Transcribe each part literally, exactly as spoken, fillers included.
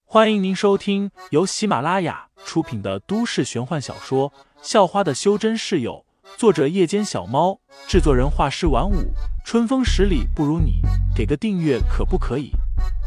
欢迎您收听由喜马拉雅出品的都市玄幻小说《校花的修真室友》，作者夜间小猫，制作人画师晚舞，春风十里不如你，给个订阅可不可以？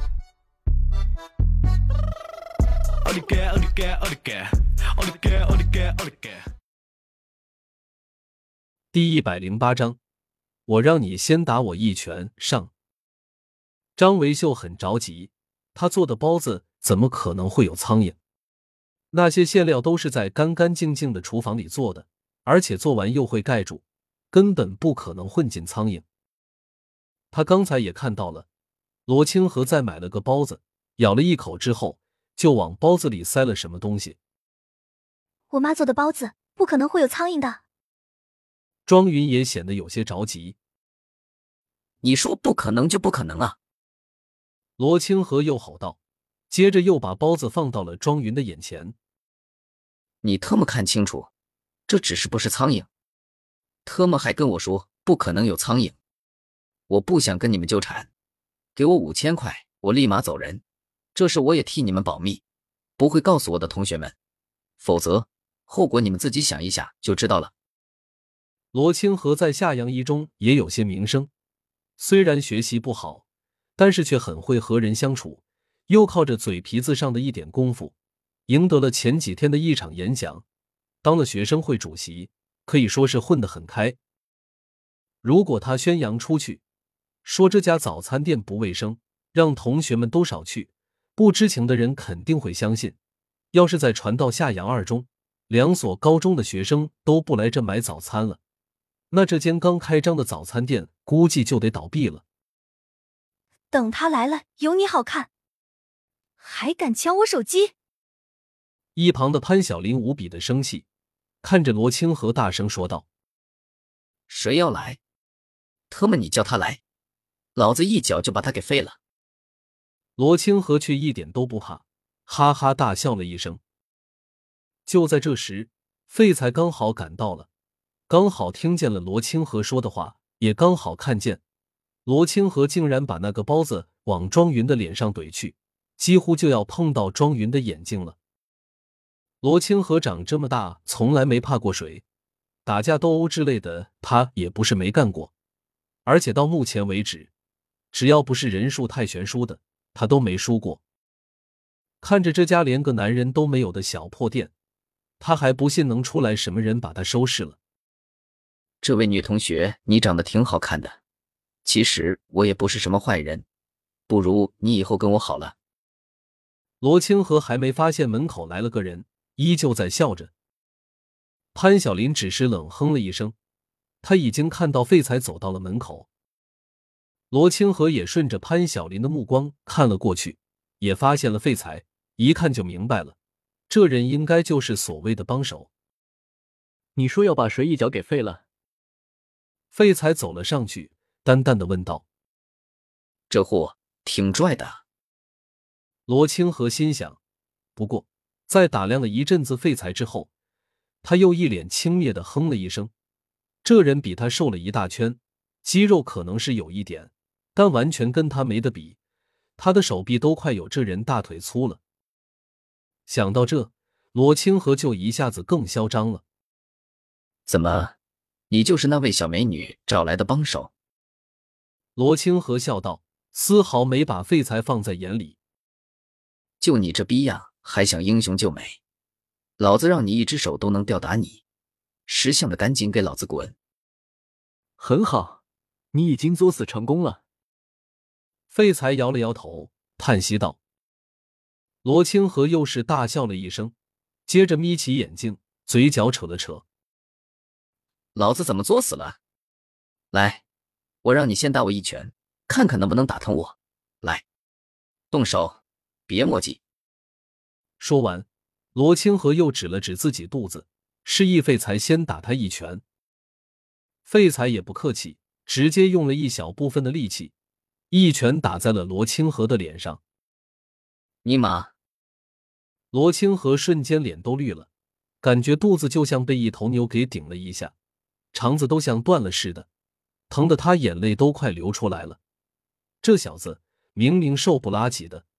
第一百零八章，我让你先打我一拳上。张维秀很着急，他做的包子怎么可能会有苍蝇？那些馅料都是在干干净净的厨房里做的，而且做完又会盖住，根本不可能混进苍蝇。他刚才也看到了，罗清河再买了个包子，咬了一口之后，就往包子里塞了什么东西。 我妈做的包子不可能会有苍蝇的。 庄云也显得有些着急。 你说不可能就不可能啊！ 罗清河又吼道，接着又把包子放到了庄云的眼前。 你特么看清楚，这只是不是苍蝇，特么还跟我说不可能有苍蝇。我不想跟你们纠缠，给我五千块，我立马走人。这事我也替你们保密，不会告诉我的同学们，否则后果你们自己想一下就知道了。 罗清河在夏阳一中也有些名声，虽然学习不好，但是却很会和人相处，又靠着嘴皮子上的一点功夫，赢得了前几天的一场演讲，当了学生会主席，可以说是混得很开。如果他宣扬出去，说这家早餐店不卫生，让同学们都少去，不知情的人肯定会相信。要是再传到夏阳二中，两所高中的学生都不来这买早餐了，那这间刚开张的早餐店估计就得倒闭了。 等他来了，有你好看！还敢抢我手机！ 一旁的潘晓林无比的生气，看着罗清河大声说道： 谁要来？特么你叫他来，老子一脚就把他给废了。 罗清河却一点都不怕，哈哈大笑了一声。就在这时，废材刚好赶到了，刚好听见了罗清河说的话，也刚好看见罗清河竟然把那个包子往庄云的脸上怼去，几乎就要碰到庄云的眼睛了。罗清河长这么大从来没怕过谁，打架斗殴之类的他也不是没干过，而且到目前为止，只要不是人数太悬殊的，他都没输过。看着这家连个男人都没有的小破店，他还不信能出来什么人把他收拾了。 这位女同学，你长得挺好看的，其实我也不是什么坏人，不如你以后跟我好了。 罗清河还没发现门口来了个人，依旧在笑着。潘晓林只是冷哼了一声，他已经看到废材走到了门口。罗清河也顺着潘晓林的目光看了过去，也发现了废材，一看就明白了，这人应该就是所谓的帮手。 你说要把谁一脚给废了？ 废材走了上去，淡淡的问道。 这货挺拽的。 罗清河心想，不过在打量了一阵子废材之后，他又一脸轻蔑的哼了一声。这人比他瘦了一大圈，肌肉可能是有一点，但完全跟他没得比，他的手臂都快有这人大腿粗了。想到这，罗清河就一下子更嚣张了。 怎么，你就是那位小美女找来的帮手？ 罗清河笑道，丝毫没把废材放在眼里。 就你这逼样，还想英雄救美？老子让你一只手都能吊打你，识相的赶紧给老子滚！ 很好，你已经作死成功了。 废材摇了摇头，叹息道。罗清河又是大笑了一声，接着眯起眼睛，嘴角扯了扯。 老子怎么作死了？来，我让你先打我一拳，看看能不能打疼我。来，动手，别墨迹。 说完，罗清河又指了指自己肚子，示意废材先打他一拳。废材也不客气，直接用了一小部分的力气，一拳打在了罗清河的脸上。 尼玛！ 罗清河瞬间脸都绿了，感觉肚子就像被一头牛给顶了一下，肠子都像断了似的，疼得他眼泪都快流出来了。这小子明明瘦不拉几的，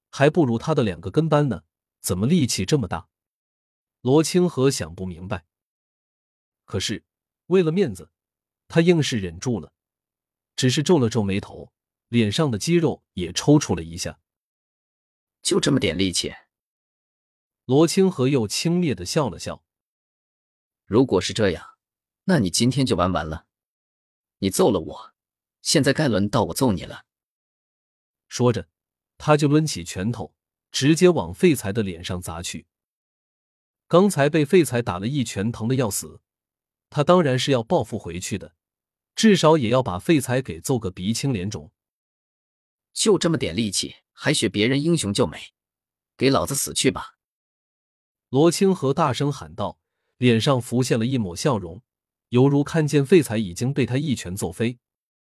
还不如他的两个跟班呢，怎么力气这么大？罗清河想不明白。可是为了面子，他硬是忍住了，只是皱了皱眉头，脸上的肌肉也抽搐了一下。 就这么点力气？ 罗清河又轻蔑地笑了笑。 如果是这样，那你今天就玩完了。你揍了我，现在该轮到我揍你了。 说着，他就抡起拳头，直接往废材的脸上砸去。刚才被废材打了一拳，疼得要死，他当然是要报复回去的，至少也要把废材给揍个鼻青脸肿。 就这么点力气，还学别人英雄救美，给老子死去吧！ 罗清河大声喊道，脸上浮现了一抹笑容，犹如看见废材已经被他一拳揍飞。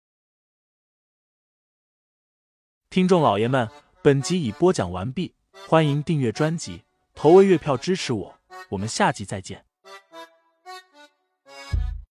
听众老爷们，本集已播讲完毕，欢迎订阅专辑，投喂月票支持我，我们下集再见。